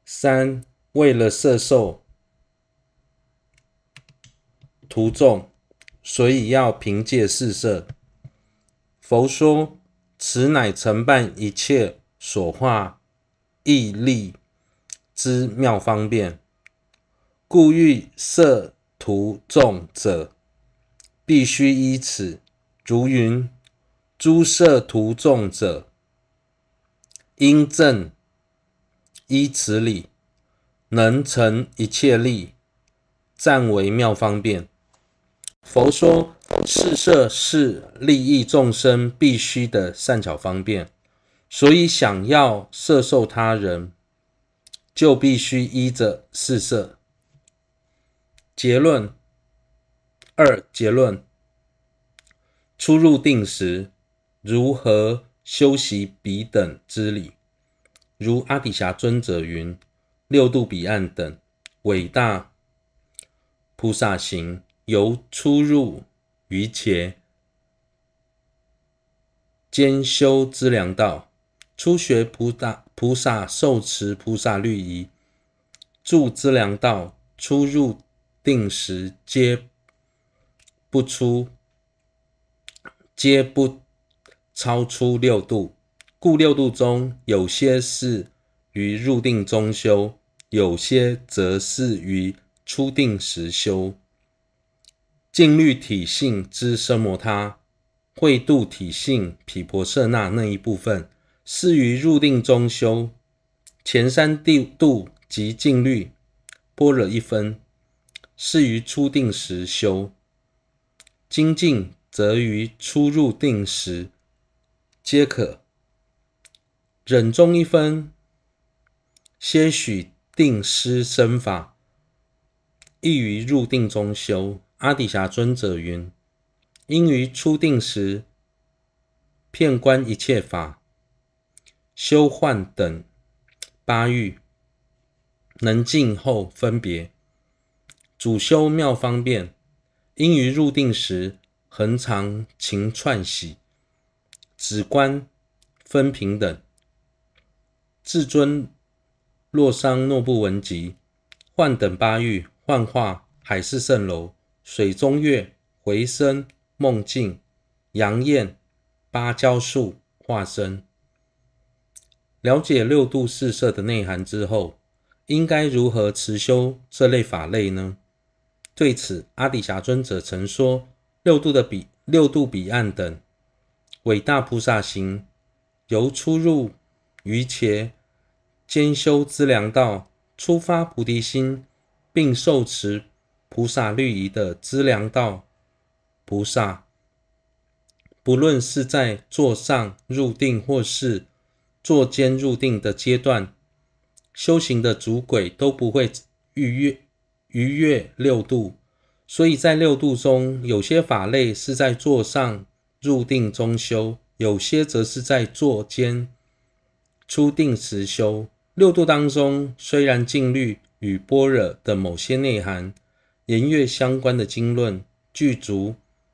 3. 为了摄受徒众，所以要凭借四摄。佛说，此乃承办一切所化义利之妙方便，故欲摄徒众者，必须依此。如云：诸摄徒众者，应正依此理，能成一切利，暂为妙方便。佛说，四摄是利益众生必须的善巧方便，所以想要摄受他人，就必须依着四摄。结论2. 结论：初入定时，如何修习彼等之理？如阿底峡尊者云：六度彼岸等伟大菩萨行，由初入于伽兼修资粮道，初学菩萨受持菩萨律仪，住资粮道，初入定时皆不超出六度，故六度中有些是于入定中修，有些则是于初定时修。净律体性之奢摩他，慧度体性毗婆舍那那一部分，是于入定中修。前三度及净律般若一分，是于初定时修。精进则于初入定时皆可。忍中一分，些许定施身法，亦于入定中修。阿底峡尊者云：应于初定时遍观一切法，修幻等八欲，能尽后分别。主修妙方便，应于入定时恒常勤串习，止观分平等。至尊洛桑诺布文集，幻等八欲、幻化、海市蜃楼、水中月、回声、梦境、阳焰、芭蕉树、化身。了解六度四摄的内涵之后，应该如何持修这类法类呢？对此，阿底峡尊者曾说，六度彼岸等伟大菩萨行，由初入于伽兼修资粮道，初发菩提心，并受持菩萨律仪的资粮道菩萨，不论是在座上入定或是座间入定的阶段，修行的主轨都不会逾越六度。所以在六度中，有些法类是在座上入定中修，有些则是在座间初定时修。六度当中，虽然净律与般若的某些内涵、言乐相关的经论具足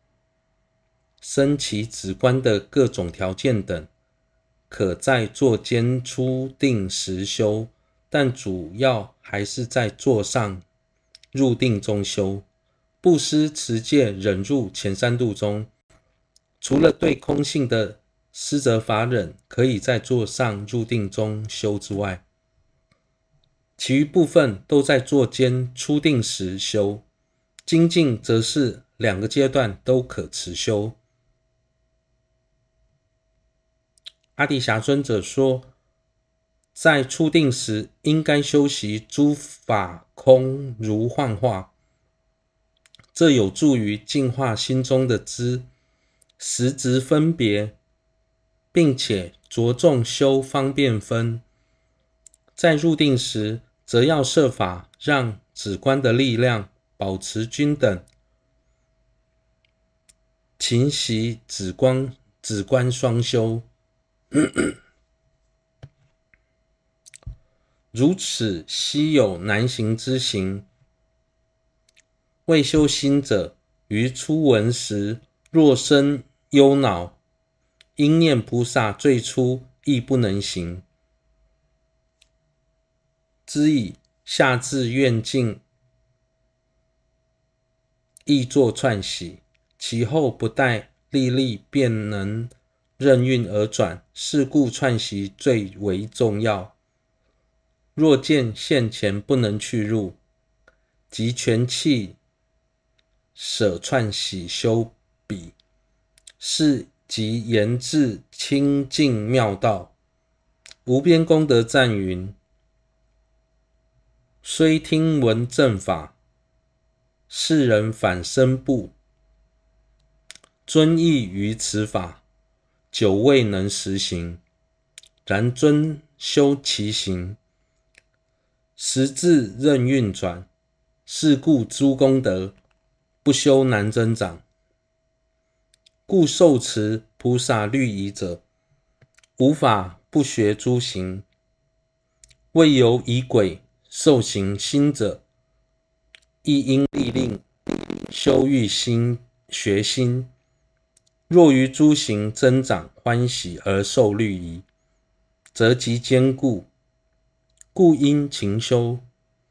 升起止观的各种条件等，可在座间初定时修，但主要还是在座上入定中修。布施、持戒、忍辱前三度中，除了对空性的施责法忍可以在座上入定中修之外，其余部分都在座间初定时修。精进则是两个阶段都可持修。阿底峡尊者说，在初定时应该修习诸法空如幻化，这有助于净化心中的实质分别，并且着重修方便分。在入定时，则要设法让止观的力量保持均等，勤习止观双修。如此稀有难行之行，未修心者，于初闻时若生忧恼，应念菩萨最初亦不能行。 之以下至愿境亦作串习，其后不待历历便能任运而转，是故串习最为重要。若见现前不能去入，即全气舍串习修彼，是即言至清净妙道。无边功德赞云：虽听闻正法，世人反生怖，尊意于此法，久未能实行。然尊修其行，实自任运转，是故诸功德不修难增长。故受持菩萨律仪者，无法不学诸行。未有以鬼受行心者，亦应力令修育心学心。若于诸行增长欢喜而受律仪，则即坚固，故应勤修。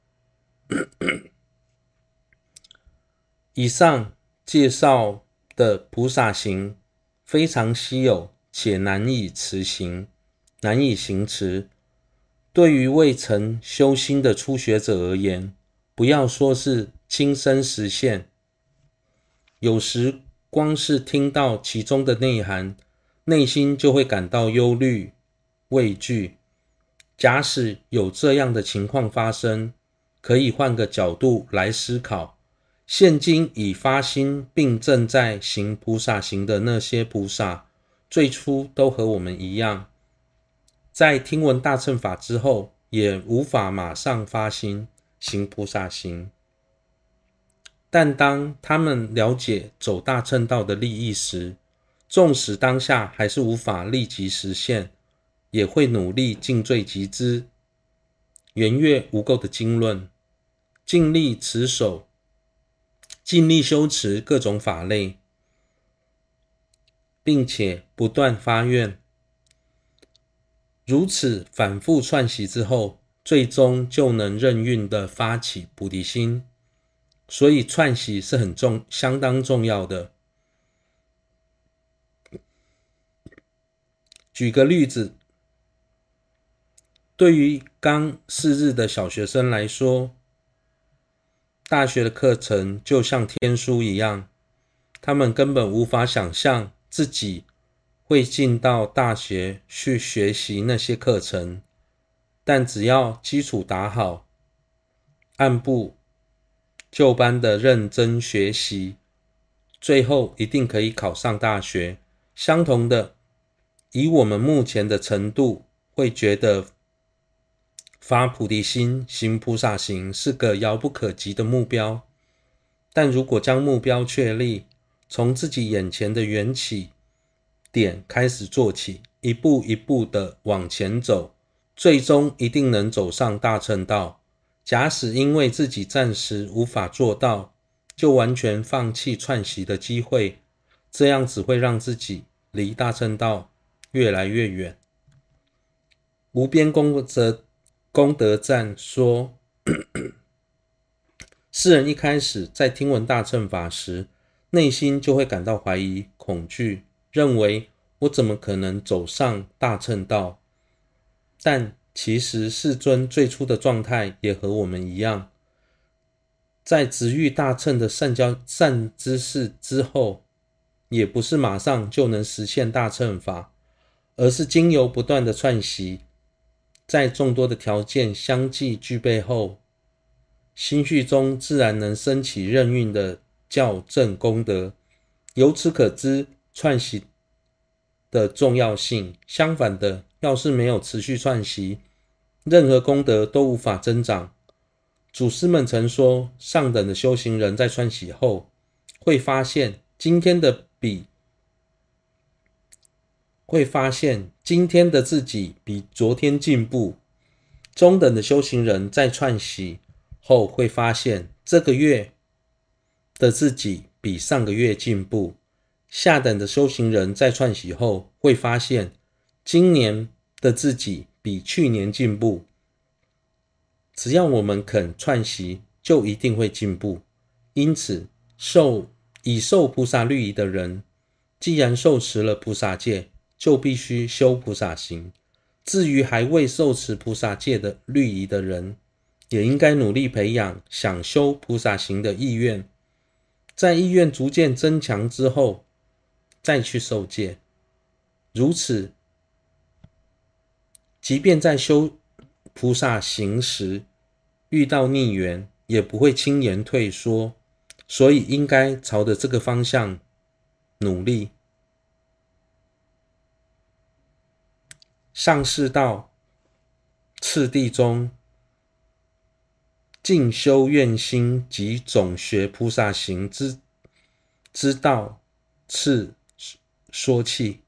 以上介绍的菩萨行非常稀有且难以持行，难以行持。对于未曾修心的初学者而言，不要说是亲身实现，有时光是听到其中的内涵，内心就会感到忧虑、畏惧。假使有这样的情况发生，可以换个角度来思考，现今已发心并正在行菩萨行的那些菩萨，最初都和我们一样，在听闻大乘法之后，也无法马上发心行菩萨行。但当他们了解走大乘道的利益时，纵使当下还是无法立即实现，也会努力尽最极之，研阅无垢的经论，尽力修持各种法类，并且不断发愿。如此反复串习之后，最终就能任运地发起菩提心。所以串习是相当重要的。举个例子，对于刚4日的小学生来说，大学的课程就像天书一样，他们根本无法想象自己会进到大学去学习那些课程，但只要基础打好，按部就班的认真学习，最后一定可以考上大学。相同的，以我们目前的程度，会觉得发菩提心、行菩萨行是个遥不可及的目标。但如果将目标确立，从自己眼前的缘起点开始做起，一步一步的往前走，最终一定能走上大乘道。假使因为自己暂时无法做到，就完全放弃串习的机会，这样只会让自己离大乘道越来越远。无边功德赞说，世人一开始在听闻大乘法时，内心就会感到怀疑、恐惧，认为我怎么可能走上大乘道？但其实世尊最初的状态也和我们一样，在直遇大乘的善知识之后，也不是马上就能实现大乘法，而是经由不断的串习，在众多的条件相继具备后，心绪中自然能升起任运的校正功德。由此可知串习的重要性。相反的，要是没有持续串习，任何功德都无法增长。祖师们曾说，上等的修行人在串习后，会发现今天的自己比昨天进步。中等的修行人在串习后会发现这个月的自己比上个月进步。下等的修行人在串习后会发现今年的自己比去年进步。 只要我们肯串习，就一定会进步。因此，已受菩萨律仪的人，既然受持了菩萨戒，就必须修菩萨行。至于还未受持菩萨戒的律仪的人，也应该努力培养想修菩萨行的意愿，在意愿逐渐增强之后，再去受戒。如此，即便在修菩萨行时遇到逆缘，也不会轻言退缩，所以应该朝着这个方向努力。上士道次第中，静修愿心及总学菩萨行之道次说气。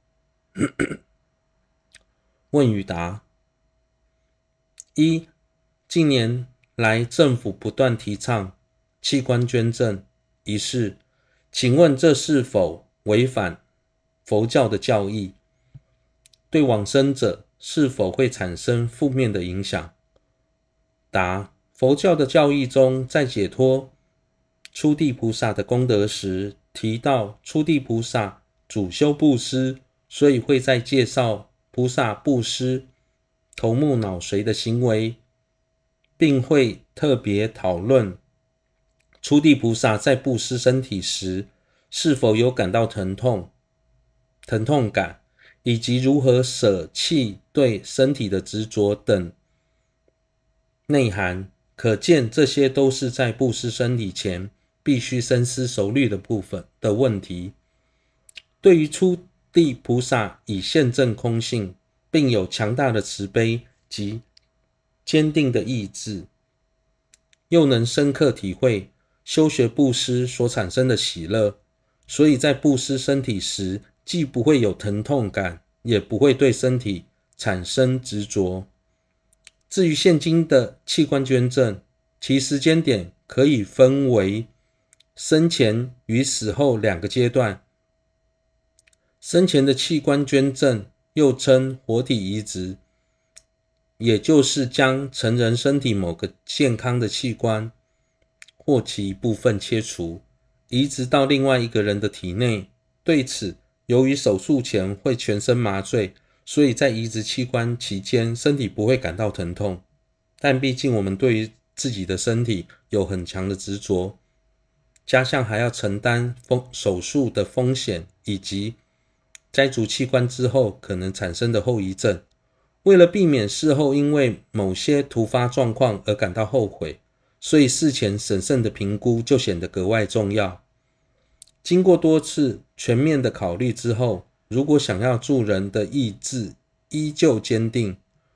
问与答：一、近年来政府不断提倡器官捐赠一事，请问这是否违反佛教的教义？对往生者是否会产生负面的影响？答：佛教的教义中，在解脱初地菩萨的功德时，提到初地菩萨主修布施，所以会在介绍菩萨布施头目脑髓的行为，并会特别讨论初地菩萨在布施身体时是否有感到疼痛感，以及如何舍弃对身体的执着等内涵。可见这些都是在布施身体前必须深思熟虑的部分的问题。对于初地菩萨以现证空性，并有强大的慈悲及坚定的意志，又能深刻体会修学布施所产生的喜乐，所以在布施身体时，既不会有疼痛感，也不会对身体产生执着。至于现今的器官捐赠，其时间点可以分为生前与死后两个阶段。生前的器官捐赠又称活体移植，也就是将成人身体某个健康的器官或其一部分切除，移植到另外一个人的体内。对此，由于手术前会全身麻醉，所以在移植器官期间身体不会感到疼痛。但毕竟我们对于自己的身体有很强的执着，加上还要承担手术的风险，以及摘除器官之后可能产生的后遗症。为了避免事后因为某些突发状况而感到后悔，所以事前审慎的评估就显得格外重要。经过多次全面的考虑之后，如果想要助人的意志依旧坚定，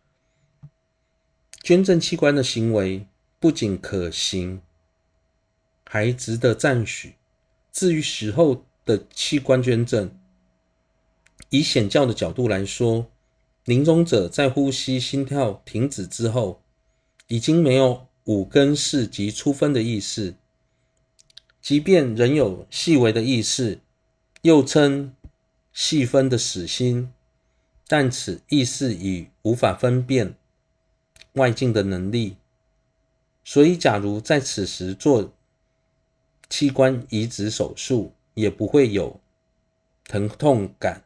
捐赠器官的行为不仅可行，还值得赞许。至于死后的器官捐赠，以显教的角度来说，临终者在呼吸心跳停止之后，已经没有五根识及出分的意识，即便仍有细微的意识，又称细分的死心，但此意识已无法分辨外境的能力。所以假如在此时做器官移植手术，也不会有疼痛感，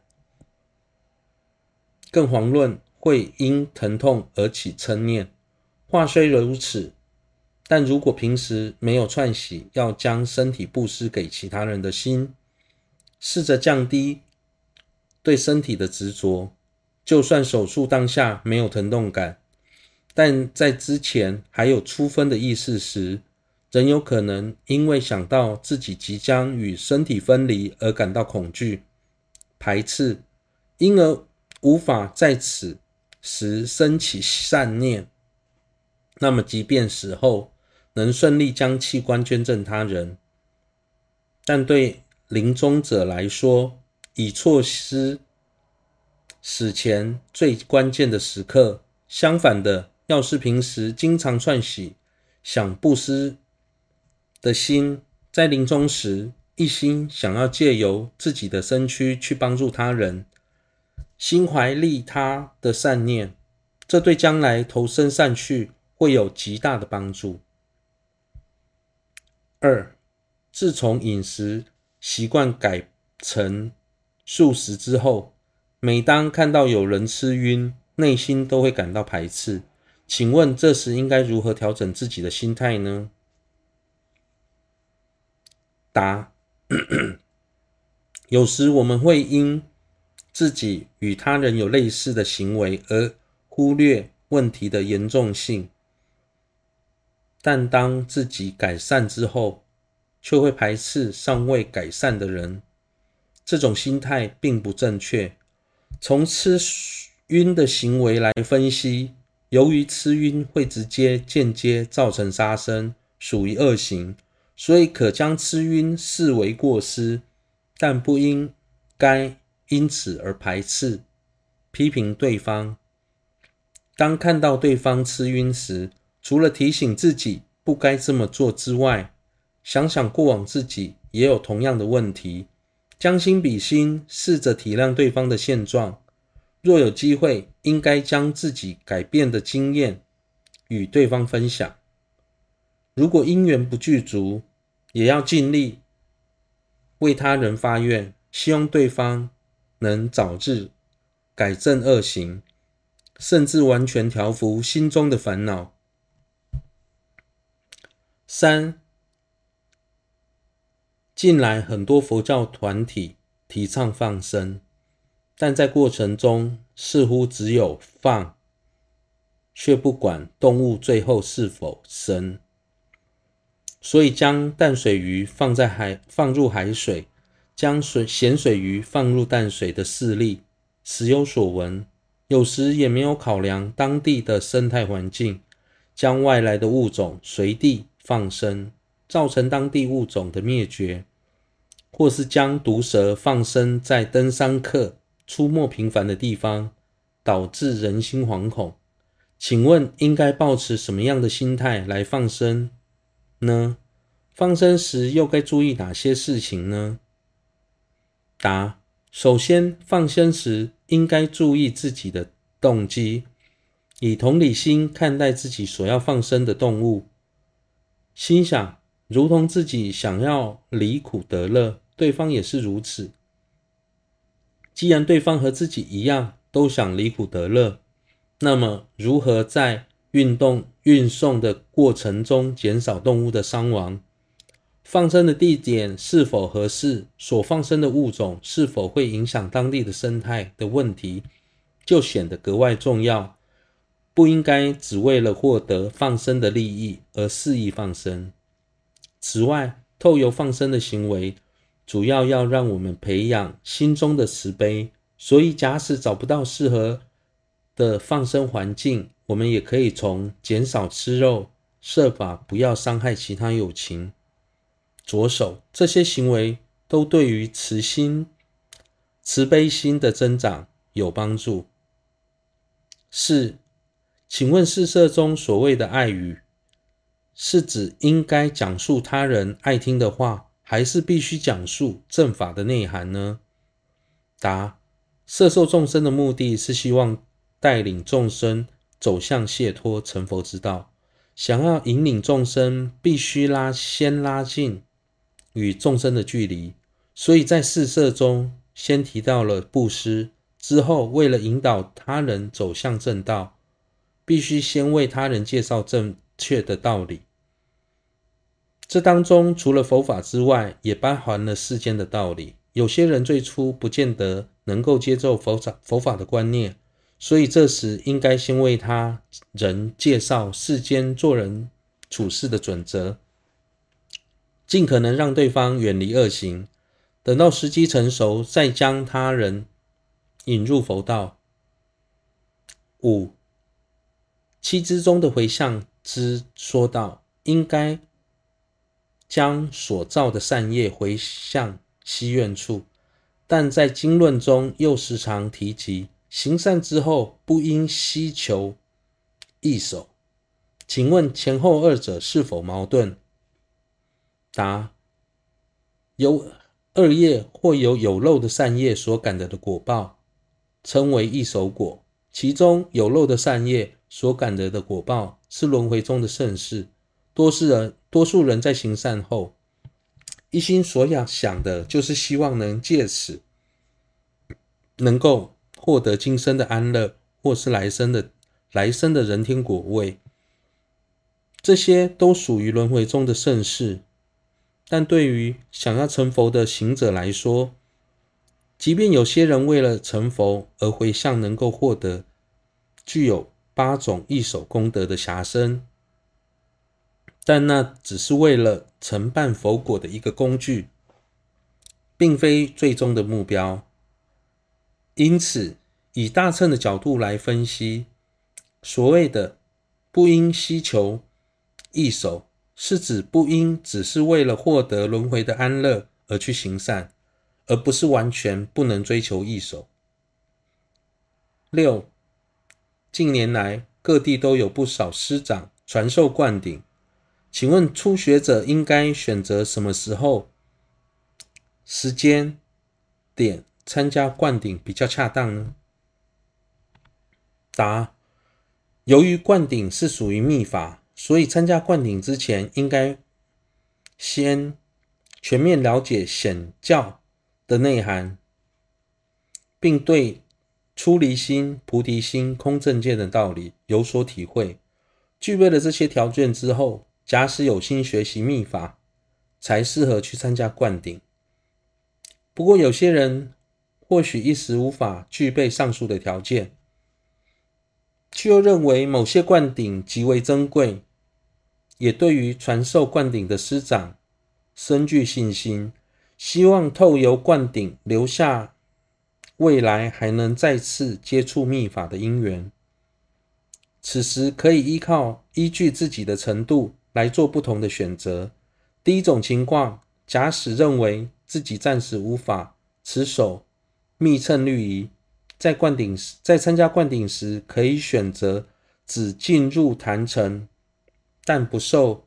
更遑论会因疼痛而起嗔念。话虽如此，但如果平时没有串习要将身体布施给其他人的心，试着降低对身体的执着，就算手术当下没有疼痛感，但在之前还有出分的意识时，仍有可能因为想到自己即将与身体分离而感到恐惧、排斥，因而无法在此时生起善念。那么即便死后能顺利将器官捐赠他人，但对临终者来说，已错失死前最关键的时刻。相反的，要是平时经常串习想布施的心，在临终时一心想要借由自己的身躯去帮助他人，心怀利他的善念，这对将来投身善趣会有极大的帮助。2. 自从饮食习惯改成素食之后，每当看到有人吃晕，内心都会感到排斥。请问这时应该如何调整自己的心态呢？答：有时我们会因自己与他人有类似的行为而忽略问题的严重性，但当自己改善之后，却会排斥尚未改善的人，这种心态并不正确。从吃晕的行为来分析，由于吃晕会直接间接造成杀生，属于恶行，所以可将吃晕视为过失，但不应该因此而排斥批评对方。当看到对方吃晕时，除了提醒自己不该这么做之外，想想过往自己也有同样的问题，将心比心，试着体谅对方的现状。若有机会，应该将自己改变的经验与对方分享。如果因缘不具足，也要尽力为他人发愿，希望对方能早日改正恶行，甚至完全调伏心中的烦恼。3. 近来很多佛教团体提倡放生，但在过程中似乎只有放，却不管动物最后是否生。所以将淡水鱼放入海水，将咸水鱼放入淡水的事例时有所闻，有时也没有考量当地的生态环境，将外来的物种随地放生，造成当地物种的灭绝，或是将毒蛇放生在登山客出没频繁的地方，导致人心惶恐。请问应该抱持什么样的心态来放生呢？放生时又该注意哪些事情呢？答：首先，放生时应该注意自己的动机，以同理心看待自己所要放生的动物，心想如同自己想要离苦得乐，对方也是如此。既然对方和自己一样都想离苦得乐，那么如何在运送的过程中减少动物的伤亡？放生的地点是否合适，所放生的物种是否会影响当地的生态的问题，就显得格外重要。不应该只为了获得放生的利益而肆意放生。此外，透由放生的行为，主要要让我们培养心中的慈悲，所以假使找不到适合的放生环境，我们也可以从减少吃肉，设法不要伤害其他有情着手，这些行为都对于慈悲心的增长有帮助。4. 请问四摄中所谓的爱语，是指应该讲述他人爱听的话，还是必须讲述正法的内涵呢？答：摄受众生的目的是希望带领众生走向解脱成佛之道，想要引领众生，必须先拉近与众生的距离，所以在四摄中先提到了布施，之后为了引导他人走向正道，必须先为他人介绍正确的道理。这当中除了佛法之外，也包含了世间的道理。有些人最初不见得能够接受佛法的观念，所以这时应该先为他人介绍世间做人处事的准则，尽可能让对方远离恶行，等到时机成熟，再将他人引入佛道。5. 七支中的回向支说道，应该将所造的善业回向希愿处，但在经论中又时常提及，行善之后不应希求益手。请问前后二者是否矛盾？答：由恶业或有漏的善业所感得的果报，称为益手果。其中有漏的善业所感得的果报是轮回中的盛世。多数人在行善后，一心所想的就是希望能借此能够获得今生的安乐，或是来生的人天果位。这些都属于轮回中的盛世，但对于想要成佛的行者来说，即便有些人为了成佛而回向能够获得具有8种异手功德的暇身，但那只是为了承办佛果的一个工具，并非最终的目标。因此，以大乘的角度来分析，所谓的不应希求异手，是指不应只是为了获得轮回的安乐而去行善，而不是完全不能追求异手。6. 近年来各地都有不少师长传授灌顶，请问初学者应该选择什么时候、时间点参加灌顶比较恰当呢？答：由于灌顶是属于密法，所以参加灌顶之前应该先全面了解显教的内涵，并对出离心、菩提心、空正见的道理有所体会。具备了这些条件之后，假使有心学习密法，才适合去参加灌顶。不过有些人或许一时无法具备上述的条件，却又认为某些灌顶极为珍贵，也对于传授灌顶的师长深具信心，希望透由灌顶留下未来还能再次接触密法的因缘。此时可以依据自己的程度来做不同的选择。第一种情况，假使认为自己暂时无法持守密乘律仪，在参加灌顶时，可以选择只进入坛城，但不受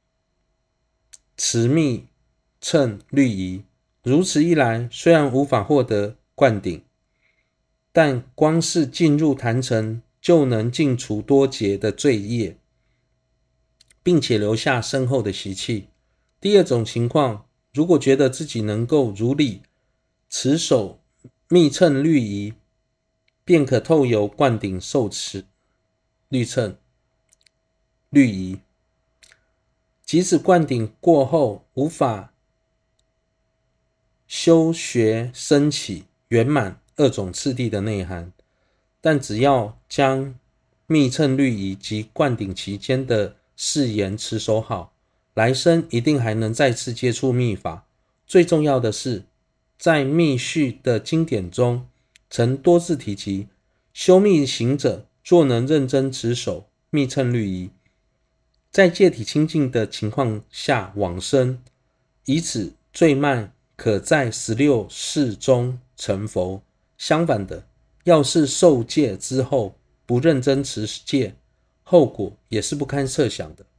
持密乘律仪。如此一来，虽然无法获得灌顶，但光是进入坛城就能净除多劫的罪业，并且留下深厚的习气。第二种情况，如果觉得自己能够如理持守密乘律仪，便可透由灌顶受持律乘律仪。即使灌顶过后无法修学升起圆满2种次第的内涵，但只要将密乘律仪及灌顶期间的誓言持守好，来生一定还能再次接触密法。最重要的是，在密续的经典中曾多次提及，修密行者若能认真持守密乘律仪，在戒体清净的情况下往生，以此最慢可在16世中成佛。相反的，要是受戒之后不认真持戒，后果也是不堪设想的。